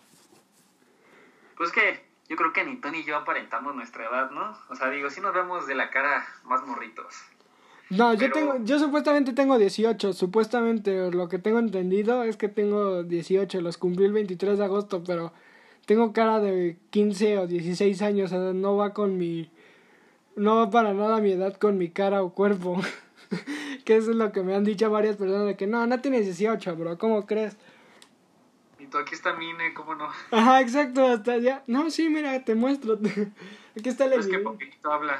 Pues que yo creo que ni tú ni yo aparentamos nuestra edad, ¿no? O sea, digo, sí nos vemos de la cara más morritos. No, yo Pero... tengo, yo supuestamente tengo dieciocho, supuestamente lo que tengo entendido es que tengo dieciocho, los cumplí el veintitrés de agosto, pero tengo cara de quince o dieciséis años, o sea, no va con mi, no va para nada mi edad con mi cara o cuerpo, que eso es lo que me han dicho varias personas, de que no, no tienes dieciocho, bro, ¿cómo crees? Y tú, aquí está mi I N E, ¿cómo no? Ajá, exacto, hasta ya, no, sí, mira, te muestro, aquí está la Pues que evidencia. poquito habla.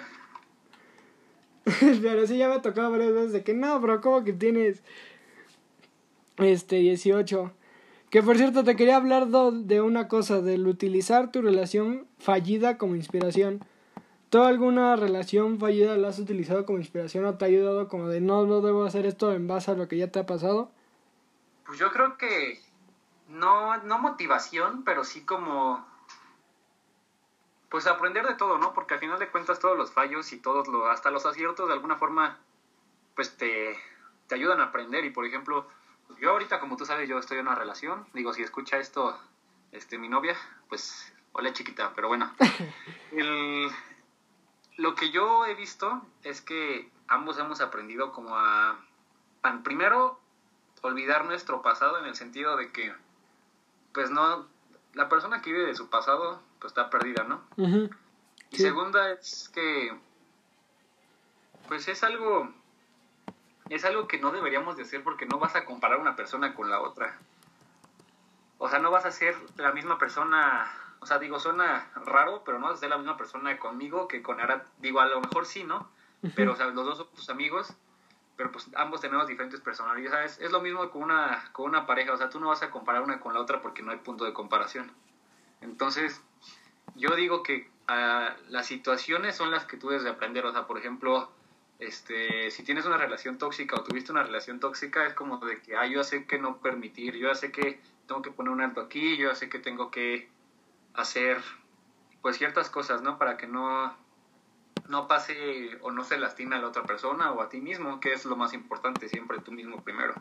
Pero sí ya me ha tocado varias veces de que no, bro, ¿cómo que tienes este dieciocho? Que por cierto, te quería hablar do, de una cosa, del utilizar tu relación fallida como inspiración. ¿Tú alguna relación fallida la has utilizado como inspiración o te ha ayudado como de no, no debo hacer esto en base a lo que ya te ha pasado? Pues yo creo que no, no motivación, pero sí como... Pues aprender de todo, ¿no? Porque al final de cuentas todos los fallos y todos los, hasta los aciertos de alguna forma, pues te, te ayudan a aprender. Y por ejemplo, yo ahorita, como tú sabes, yo estoy en una relación. Digo, si escucha esto, este, mi novia, pues, hola chiquita, pero bueno. El, lo que yo he visto es que ambos hemos aprendido como a, a, primero, olvidar nuestro pasado en el sentido de que, pues no, la persona que vive de su pasado, pues está perdida, ¿no? Uh-huh. Y Sí. segunda es que, pues es algo, es algo que no deberíamos de hacer porque no vas a comparar una persona con la otra. o sea, no vas a ser la misma persona, o sea, digo, suena raro, pero no vas a ser la misma persona conmigo que con Arad. Digo, a lo mejor sí, ¿no? Pero, o sea, los dos son tus amigos, pero pues ambos tenemos diferentes personalidades. Es lo mismo con una, con una pareja, o sea, tú no vas a comparar una con la otra porque no hay punto de comparación. Entonces, yo digo que uh, las situaciones son las que tú debes de aprender. O sea, por ejemplo, este, si tienes una relación tóxica o tuviste una relación tóxica, es como de que, ah, yo ya sé que no permitir, yo ya sé que tengo que poner un alto aquí, yo ya sé que tengo que hacer, pues, ciertas cosas, ¿no? Para que no, no pase o no se lastime a la otra persona o a ti mismo, que es lo más importante, siempre tú mismo primero.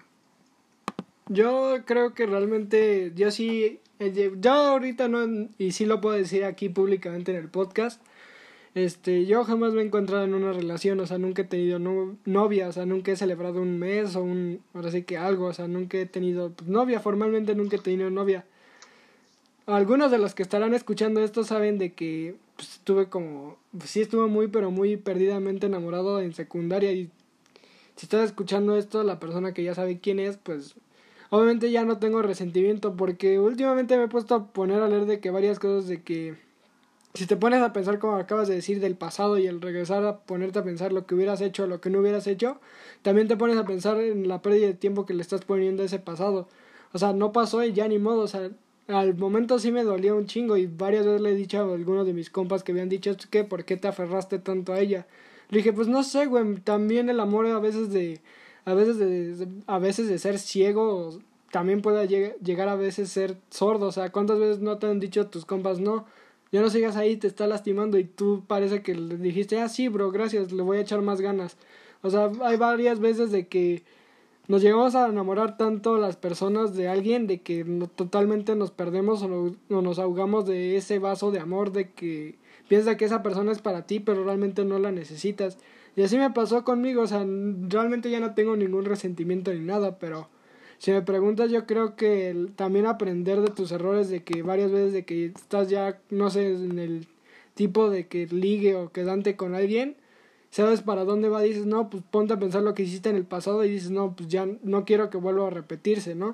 Yo creo que realmente, yo sí, yo ahorita no, y sí lo puedo decir aquí públicamente en el podcast, este, yo jamás me he encontrado en una relación, o sea, nunca he tenido no, novia, o sea, nunca he celebrado un mes o un, ahora sí que algo, o sea, nunca he tenido pues, novia, formalmente nunca he tenido novia. Algunos de los que estarán escuchando esto saben de que pues, estuve como, pues, sí estuve muy, pero muy perdidamente enamorado en secundaria y si estás escuchando esto, la persona que ya sabe quién es, pues obviamente ya no tengo resentimiento porque últimamente me he puesto a poner a leer de que varias cosas de que si te pones a pensar como acabas de decir del pasado y el regresar a ponerte a pensar lo que hubieras hecho o lo que no hubieras hecho, también te pones a pensar en la pérdida de tiempo que le estás poniendo a ese pasado. O sea, no pasó y ya ni modo, o sea, al momento sí me dolía un chingo y varias veces le he dicho a algunos de mis compas que habían dicho, ¿qué? ¿Por qué te aferraste tanto a ella? Le dije, pues no sé, güey, también el amor a veces de a veces de a veces de ser ciego también puede lleg- llegar a veces ser sordo, o sea, ¿cuántas veces no te han dicho tus compas, no, ya no sigas ahí, te está lastimando y tú parece que le dijiste, ah sí, bro, gracias, le voy a echar más ganas? O sea, hay varias veces de que nos llegamos a enamorar tanto las personas de alguien de que no, totalmente nos perdemos o, no, o nos ahogamos de ese vaso de amor de que piensas que esa persona es para ti pero realmente no la necesitas. Y así me pasó conmigo, o sea, realmente ya no tengo ningún resentimiento ni nada, pero si me preguntas yo creo que el, también aprender de tus errores, de que varias veces de que estás ya, no sé, en el tipo de que ligue o quedante con alguien, sabes para dónde va, dices, no, pues ponte a pensar lo que hiciste en el pasado y dices, no, pues ya no quiero que vuelva a repetirse, ¿no?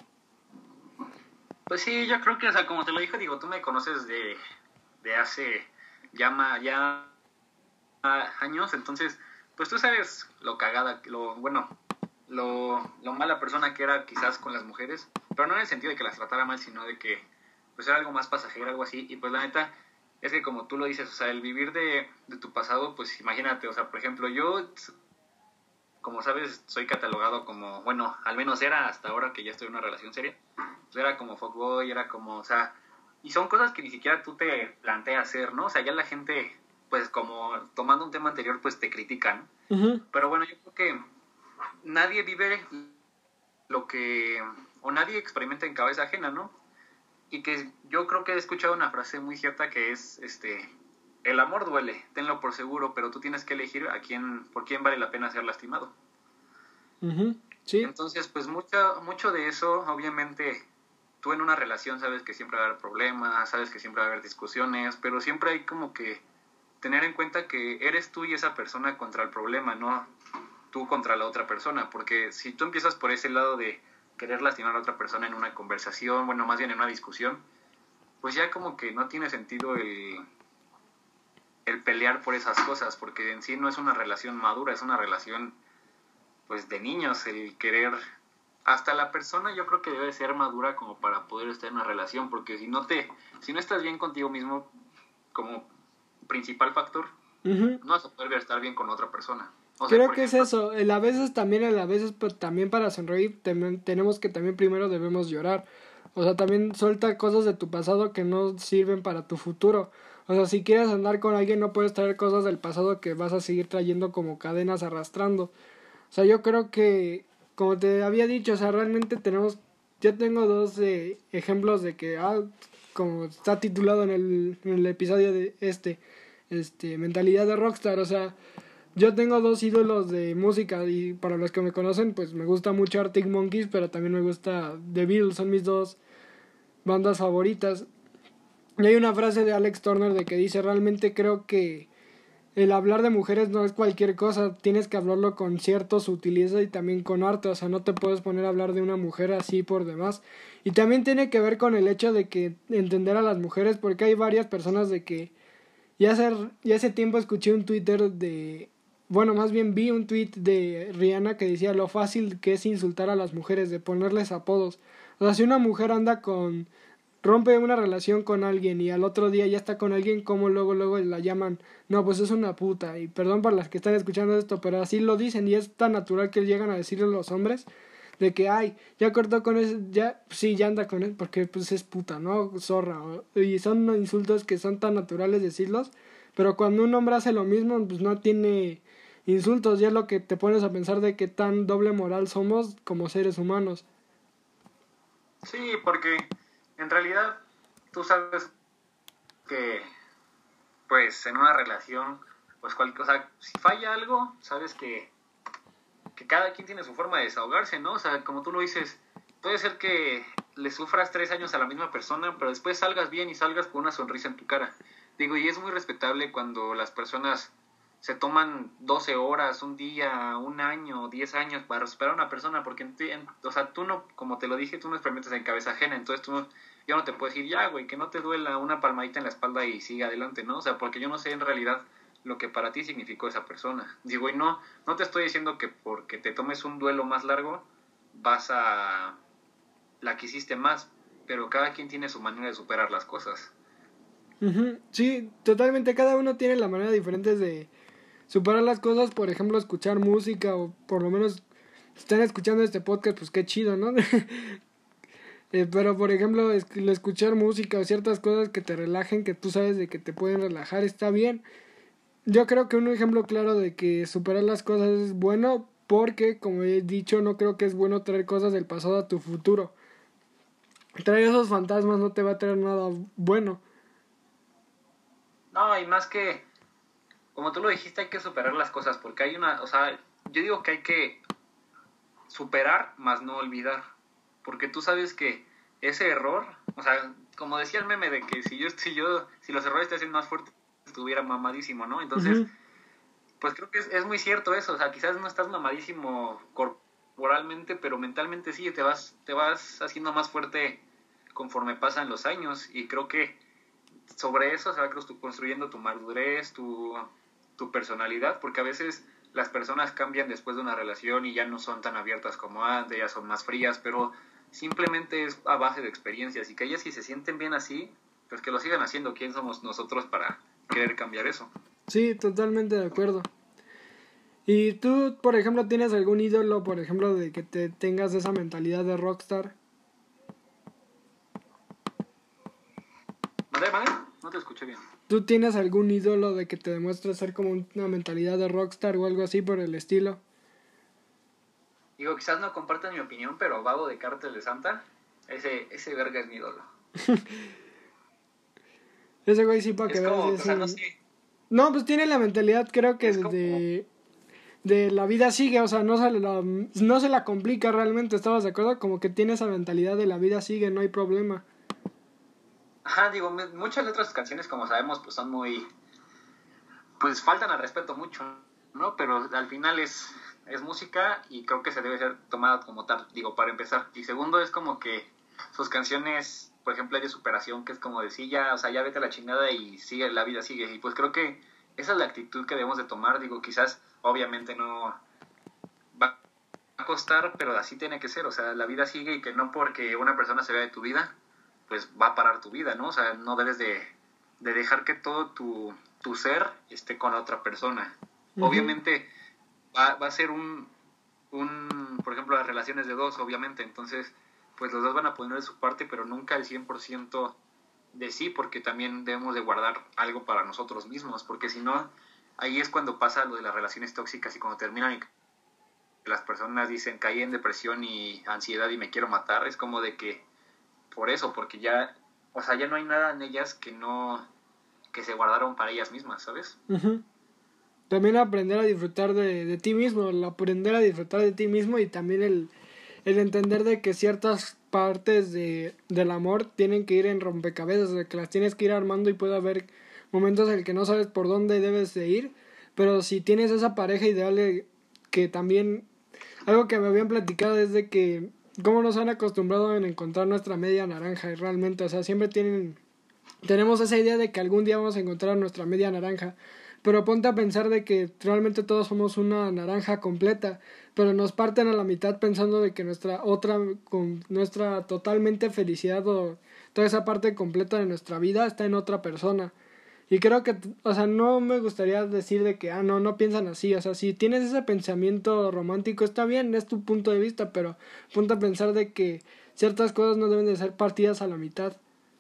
Pues sí, yo creo que, o sea, como te lo dije, digo, tú me conoces de, de hace ya, ma, ya años, entonces, pues tú sabes lo cagada, lo, bueno, lo, lo mala persona que era quizás con las mujeres, pero no en el sentido de que las tratara mal, sino de que, pues era algo más pasajero, algo así, y pues la neta, es que como tú lo dices, o sea, el vivir de, de tu pasado, pues imagínate, o sea, por ejemplo, yo, como sabes, soy catalogado como, bueno, al menos era hasta ahora que ya estoy en una relación seria, pues era como fuckboy, era como, o sea, y son cosas que ni siquiera tú te planteas hacer, ¿no? O sea, ya la gente, pues como tomando un tema anterior, pues te critican. Uh-huh. Pero bueno, yo creo que nadie vive lo que, o nadie experimenta en cabeza ajena, ¿no? Y que yo creo que he escuchado una frase muy cierta que es, este, el amor duele, tenlo por seguro, pero tú tienes que elegir a quién, por quién vale la pena ser lastimado. Uh-huh. Sí. Entonces, pues mucho, mucho de eso, obviamente, tú en una relación sabes que siempre va a haber problemas, sabes que siempre va a haber discusiones, pero siempre hay como que tener en cuenta que eres tú y esa persona contra el problema, no tú contra la otra persona, porque si tú empiezas por ese lado de querer lastimar a otra persona en una conversación, bueno, más bien en una discusión, pues ya como que no tiene sentido el, el pelear por esas cosas, porque en sí no es una relación madura, es una relación pues de niños, el querer, hasta la persona yo creo que debe ser madura como para poder estar en una relación, porque si no te, si no estás bien contigo mismo como principal factor, uh-huh, no vas a poder estar bien con otra persona. O sea, creo que ejemplo, es eso, el a veces también, el a veces pues, también para sonreír tem- tenemos que también primero debemos llorar. O sea, también suelta cosas de tu pasado que no sirven para tu futuro. O sea, si quieres andar con alguien no puedes traer cosas del pasado que vas a seguir trayendo como cadenas arrastrando. O sea, yo creo que, como te había dicho, o sea, realmente tenemos, yo tengo dos eh, ejemplos de que, ah, como está titulado en el, en el episodio de este, este, mentalidad de rockstar, o sea, yo tengo dos ídolos de música y para los que me conocen, pues me gusta mucho Arctic Monkeys, pero también me gusta The Beatles, son mis dos bandas favoritas. Y hay una frase de Alex Turner de que dice, realmente creo que el hablar de mujeres no es cualquier cosa, tienes que hablarlo con cierto sutileza y también con arte, o sea, no te puedes poner a hablar de una mujer así por demás. Y también tiene que ver con el hecho de que entender a las mujeres, porque hay varias personas de que ya hace, ya hace tiempo escuché un Twitter de, bueno, más bien vi un tweet de Rihanna que decía lo fácil que es insultar a las mujeres, de ponerles apodos. O sea, si una mujer anda con rompe una relación con alguien y al otro día ya está con alguien, como luego luego la llaman, no, pues es una puta, y perdón por las que están escuchando esto, pero así lo dicen y es tan natural que llegan a decirle a los hombres de que, ay, ya cortó con ese, ya, sí, ya anda con él, porque pues es puta, ¿no? Zorra, o- y son insultos que son tan naturales decirlos, pero cuando un hombre hace lo mismo, pues no tiene insultos, y es lo que te pones a pensar de qué tan doble moral somos como seres humanos. Sí, porque en realidad tú sabes que, pues, en una relación, pues, cualquier, o sea, si falla algo, sabes que, que cada quien tiene su forma de desahogarse, ¿no? O sea, como tú lo dices, puede ser que le sufras tres años a la misma persona, pero después salgas bien y salgas con una sonrisa en tu cara. Digo, y es muy respetable cuando las personas se toman doce horas, un día, un año, diez años para superar a una persona, porque, en, en, o sea, tú no, como te lo dije, tú no experimentas en cabeza ajena, entonces tú no, yo no te puedo decir, ya, güey, que no te duela una palmadita en la espalda y sigue adelante, ¿no? O sea, porque yo no sé en realidad lo que para ti significó esa persona. Digo, y no, no te estoy diciendo que porque te tomes un duelo más largo vas a la que hiciste más, pero cada quien tiene su manera de superar las cosas. Uh-huh. Sí, totalmente, cada uno tiene la manera diferente de superar las cosas, por ejemplo, escuchar música o por lo menos si están escuchando este podcast, pues qué chido, ¿no? eh, pero por ejemplo, es, escuchar música o ciertas cosas que te relajen, que tú sabes de que te pueden relajar, está bien. Yo creo que un ejemplo claro de que superar las cosas es bueno porque, como he dicho, no creo que es bueno traer cosas del pasado a tu futuro. Traer esos fantasmas no te va a traer nada bueno. No, y más que, como tú lo dijiste, hay que superar las cosas, porque hay una, o sea, yo digo que hay que superar, más no olvidar, porque tú sabes que ese error, o sea, como decía el meme de que si yo, si yo, si los errores te hacen más fuerte, estuviera mamadísimo, ¿no? Entonces, Uh-huh. pues creo que es, es muy cierto eso, o sea, quizás no estás mamadísimo corporalmente, pero mentalmente sí, te vas, te vas haciendo más fuerte conforme pasan los años, y creo que sobre eso se va construyendo tu madurez, tu, tu personalidad, porque a veces las personas cambian después de una relación y ya no son tan abiertas como antes, ya son más frías, pero simplemente es a base de experiencias, y que ellas si se sienten bien así, pues que lo sigan haciendo. ¿Quién somos nosotros para querer cambiar eso? Sí, totalmente de acuerdo. ¿Y tú, por ejemplo, tienes algún ídolo, por ejemplo, de que te tengas esa mentalidad de rockstar? ¿Madre, madre? No te escuché bien. ¿Tú tienes algún ídolo de que te demuestre ser como una mentalidad de rockstar o algo así por el estilo? Digo, quizás no compartan mi opinión, pero Vago de Cártel de Santa, ese, ese verga es mi ídolo. Ese güey sí, para que Es veas, como, o es sea, no un... sé, No, pues tiene la mentalidad, creo que es como... de, de la vida sigue, o sea, no se, la, no se la complica realmente, ¿estabas de acuerdo? Como que tiene esa mentalidad de la vida sigue, no hay problema. Ajá, digo, muchas letras de sus canciones, como sabemos, pues son muy... Pues faltan al respeto mucho, ¿no? Pero al final es, es música y creo que se debe ser tomada como tal, digo, para empezar. Y segundo, es como que sus canciones, por ejemplo, hay de superación, que es como decir, ya, o sea, ya vete a la chingada y sigue, la vida sigue. Y pues creo que esa es la actitud que debemos de tomar. Digo, quizás, obviamente no va a costar, pero así tiene que ser. O sea, la vida sigue y que no porque una persona se vea de tu vida, pues va a parar tu vida, ¿no? O sea, no debes de, de dejar que todo tu, tu ser esté con otra persona. Uh-huh. Obviamente va, va a ser un, un, por ejemplo, las relaciones de dos, obviamente, entonces, pues los dos van a poner de su parte, pero nunca el cien por ciento de sí, porque también debemos de guardar algo para nosotros mismos, porque si no, ahí es cuando pasa lo de las relaciones tóxicas y cuando terminan y las personas dicen caí en depresión y ansiedad y me quiero matar, es como de que por eso, porque ya, o sea, ya no hay nada en ellas que no, que se guardaron para ellas mismas, ¿sabes? Uh-huh. También aprender a disfrutar de, de ti mismo, el aprender a disfrutar de ti mismo y también el, el entender de que ciertas partes de, del amor tienen que ir en rompecabezas, de que las tienes que ir armando y puede haber momentos en el que no sabes por dónde debes de ir, pero si tienes esa pareja ideal de, que también, algo que me habían platicado es de que cómo nos han acostumbrado en encontrar nuestra media naranja y realmente, o sea, siempre tienen, tenemos esa idea de que algún día vamos a encontrar nuestra media naranja, pero ponte a pensar de que realmente todos somos una naranja completa, pero nos parten a la mitad pensando de que nuestra otra, con nuestra totalmente felicidad o toda esa parte completa de nuestra vida está en otra persona. Y creo que, o sea, no me gustaría decir de que, ah, no, no piensan así. O sea, si tienes ese pensamiento romántico, está bien, es tu punto de vista, pero ponte a pensar de que ciertas cosas no deben de ser partidas a la mitad.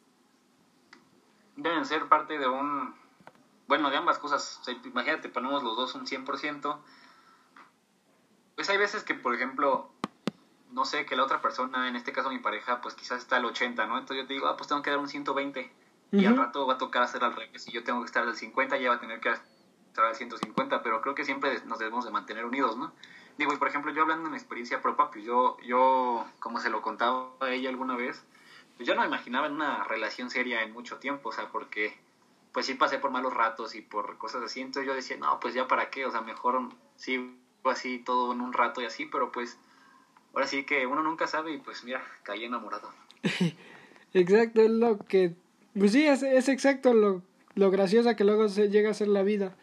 Deben ser parte de un... Bueno, de ambas cosas. O sea, imagínate, ponemos los dos un cien por ciento. Pues hay veces que, por ejemplo, no sé, que la otra persona, en este caso mi pareja, pues quizás está al ochenta, ¿no? Entonces yo te digo, ah, pues tengo que dar un ciento veinte. Y al rato va a tocar hacer al revés. Si yo tengo que estar al cincuenta, ya va a tener que estar al ciento cincuenta. Pero creo que siempre nos debemos de mantener unidos, ¿no? Digo, y por ejemplo, yo hablando en experiencia propia, pues yo, yo, como se lo contaba a ella alguna vez, pues yo no me imaginaba en una relación seria en mucho tiempo. O sea, porque pues sí pasé por malos ratos y por cosas así. Entonces yo decía, no, pues ya para qué. O sea, mejor sigo así todo en un rato y así. Pero pues ahora sí que uno nunca sabe y pues mira, caí enamorado. Exacto, es lo que... Pues sí, es, es exacto lo, lo graciosa que luego se llega a ser la vida.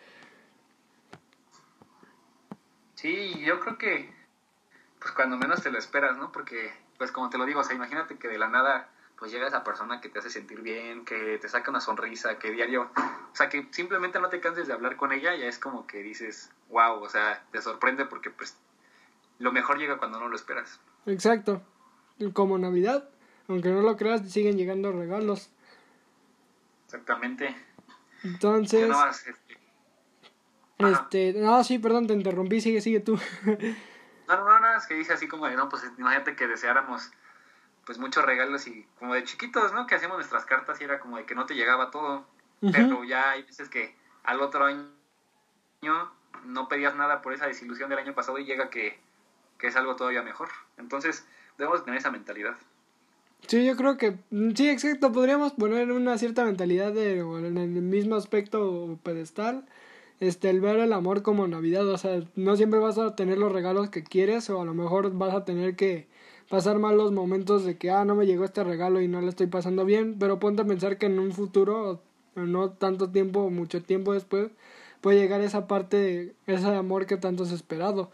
Sí, yo creo que pues cuando menos te lo esperas, ¿no? Porque pues como te lo digo, o sea, imagínate que de la nada pues llega esa persona que te hace sentir bien, que te saca una sonrisa, que diario, o sea, que simplemente no te canses de hablar con ella, ya es como que dices, wow, o sea, te sorprende porque pues lo mejor llega cuando no lo esperas. Exacto, como Navidad, aunque no lo creas, siguen llegando regalos. Exactamente. Entonces, no, más, este... este, no, sí, perdón, te interrumpí, sigue, sigue tú. no, no, no, nada, es que dice así como de, no, pues imagínate que deseáramos pues muchos regalos y como de chiquitos, ¿no? Que hacíamos nuestras cartas y era como de que no te llegaba todo, uh-huh. Pero ya hay veces que al otro año no pedías nada por esa desilusión del año pasado y llega que, que es algo todavía mejor. Entonces debemos tener esa mentalidad. Sí, yo creo que, sí, exacto, podríamos poner una cierta mentalidad de, en el mismo aspecto pedestal, este, el ver el amor como Navidad, o sea, no siempre vas a tener los regalos que quieres, o a lo mejor vas a tener que pasar mal los momentos de que, ah, no me llegó este regalo y no lo estoy pasando bien, pero ponte a pensar que en un futuro, no tanto tiempo, mucho tiempo después, puede llegar esa parte, ese amor que tanto has esperado.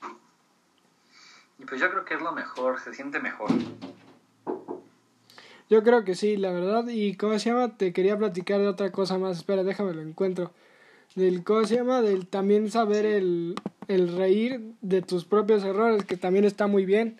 Y pues yo creo que es lo mejor, se siente mejor. Yo creo que sí, la verdad. Y ¿cómo se llama? Te quería platicar de otra cosa más. Espera, déjame lo encuentro. Del ¿cómo se llama? Del también saber el, el reír de tus propios errores, que también está muy bien.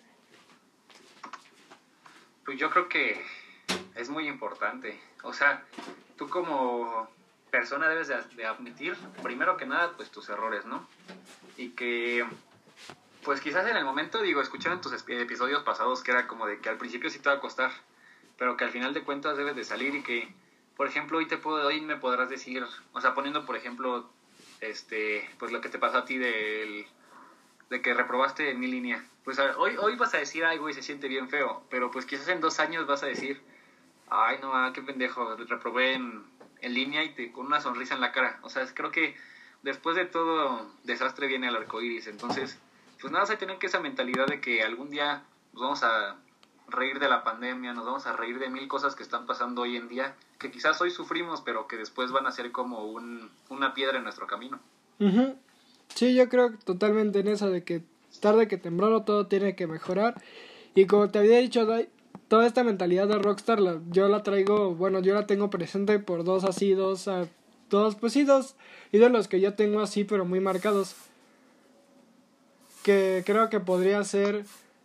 Pues yo creo que es muy importante. O sea, tú como persona debes de, de admitir, primero que nada, pues tus errores, ¿no? Y que... pues quizás en el momento, digo, escucharon tus episodios pasados que era como de que al principio sí te va a costar, pero que al final de cuentas debes de salir y que, por ejemplo, hoy te puedo, hoy me podrás decir, o sea, poniendo, por ejemplo, este, pues lo que te pasó a ti del, de que reprobaste en mi línea. Pues a, hoy, hoy vas a decir, ay, güey, se siente bien feo, pero pues quizás en dos años vas a decir, ay, no, ah, qué pendejo, reprobé en, en línea y te, con una sonrisa en la cara. O sea, creo que después de todo desastre viene el arcoíris, entonces, pues nada, hay que tener que esa mentalidad de que algún día nos vamos a reír de la pandemia, nos vamos a reír de mil cosas que están pasando hoy en día, que quizás hoy sufrimos, pero que después van a ser como un, una piedra en nuestro camino. Uh-huh. Sí, yo creo totalmente en eso de que tarde que temprano todo tiene que mejorar. Y como te había dicho, toda esta mentalidad de rockstar la, yo la traigo, bueno, yo la tengo presente por dos así, dos, uh, dos pues sí, dos ídolos que yo tengo así, pero muy marcados. Que creo que podría ser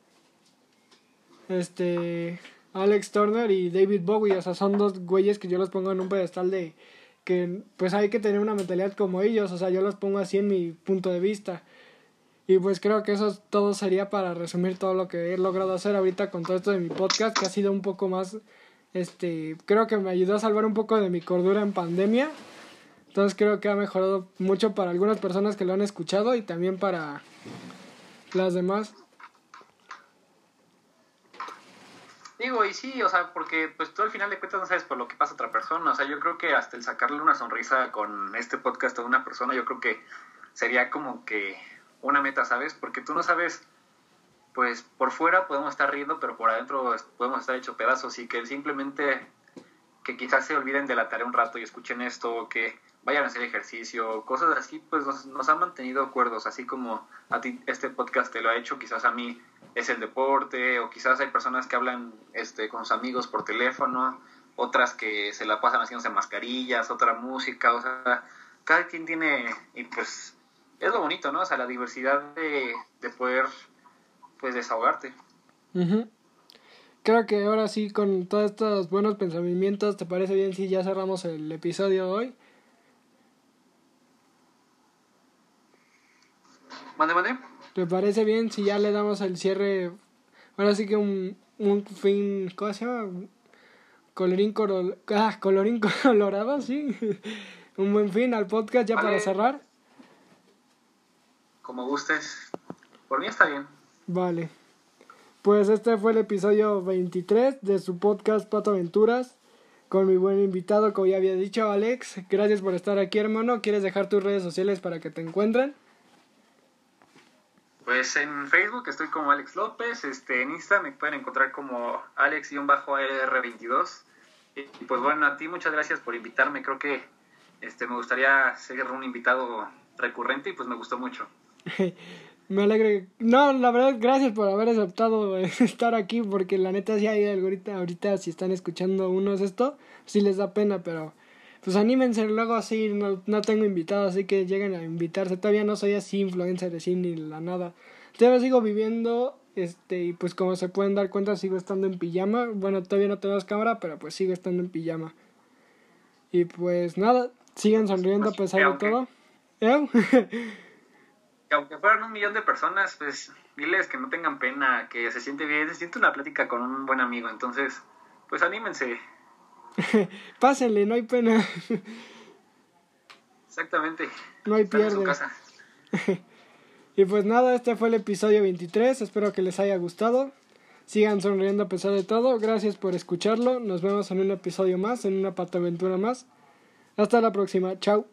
este Alex Turner y David Bowie. O sea, son dos güeyes que yo los pongo en un pedestal de que pues hay que tener una mentalidad como ellos. O sea, yo los pongo así en mi punto de vista. Y pues creo que eso todo sería para resumir todo lo que he logrado hacer ahorita con todo esto de mi podcast, que ha sido un poco más, este, creo que me ayudó a salvar un poco de mi cordura en pandemia. Entonces creo que ha mejorado mucho para algunas personas que lo han escuchado y también para las demás. Digo, y sí, o sea, porque pues tú al final de cuentas no sabes por lo que pasa a otra persona. O sea, yo creo que hasta el sacarle una sonrisa con este podcast a una persona, yo creo que sería como que una meta, ¿sabes? Porque tú no sabes, pues por fuera podemos estar riendo, pero por adentro podemos estar hecho pedazos y que simplemente que quizás se olviden de la tarea un rato y escuchen esto, o que vayan a hacer ejercicio, cosas así, pues nos, nos han mantenido cuerdos, así como a ti este podcast te lo ha hecho, quizás a mí es el deporte, o quizás hay personas que hablan este, con sus amigos por teléfono, otras que se la pasan haciéndose mascarillas, otra música, o sea, cada quien tiene, y pues es lo bonito, ¿no? O sea, la diversidad de, de poder, pues, desahogarte. Uh-huh. Creo que ahora sí, con todos estos buenos pensamientos, ¿te parece bien si ya cerramos el episodio de hoy? Mande, mande. ¿Te parece bien si ya le damos el cierre? Ahora sí que un, un fin, ¿cómo se llama? Colorín, coro, ah, colorín colorado, sí. Un buen fin al podcast ya Vale. Para cerrar. Como gustes. Por mí está bien. Vale. Pues este fue el episodio veintitrés de su podcast Pato Aventuras. Con mi buen invitado, como ya había dicho, Alex. Gracias por estar aquí, hermano. ¿Quieres dejar tus redes sociales para que te encuentren? Pues en Facebook estoy como Alex López, este, en Insta me pueden encontrar como alex R veintidós. Y pues bueno, a ti muchas gracias por invitarme, creo que este, me gustaría ser un invitado recurrente y pues me gustó mucho. Me alegre. No, la verdad, gracias por haber aceptado estar aquí, porque la neta sí hay algo ahorita, ahorita si están escuchando unos esto, sí les da pena, pero pues anímense, luego así, no, no tengo invitados, así que lleguen a invitarse. Todavía no soy así influencer, así ni la nada. Todavía sigo viviendo, este, y pues como se pueden dar cuenta, sigo estando en pijama. Bueno, todavía no tenemos cámara, pero pues sigo estando en pijama. Y pues nada, sigan sonriendo a pesar de todo. ¿Eh? Que aunque fueran un millón de personas, pues diles que no tengan pena, que se siente bien, se siente una plática con un buen amigo, entonces, pues anímense. Pásenle, no hay pena. Exactamente. No hay Están en pierde. su casa. Y pues nada, este fue el episodio veintitrés. Espero que les haya gustado. Sigan sonriendo a pesar de todo. Gracias por escucharlo. Nos vemos en un episodio más, en una patoaventura más. Hasta la próxima. Chao.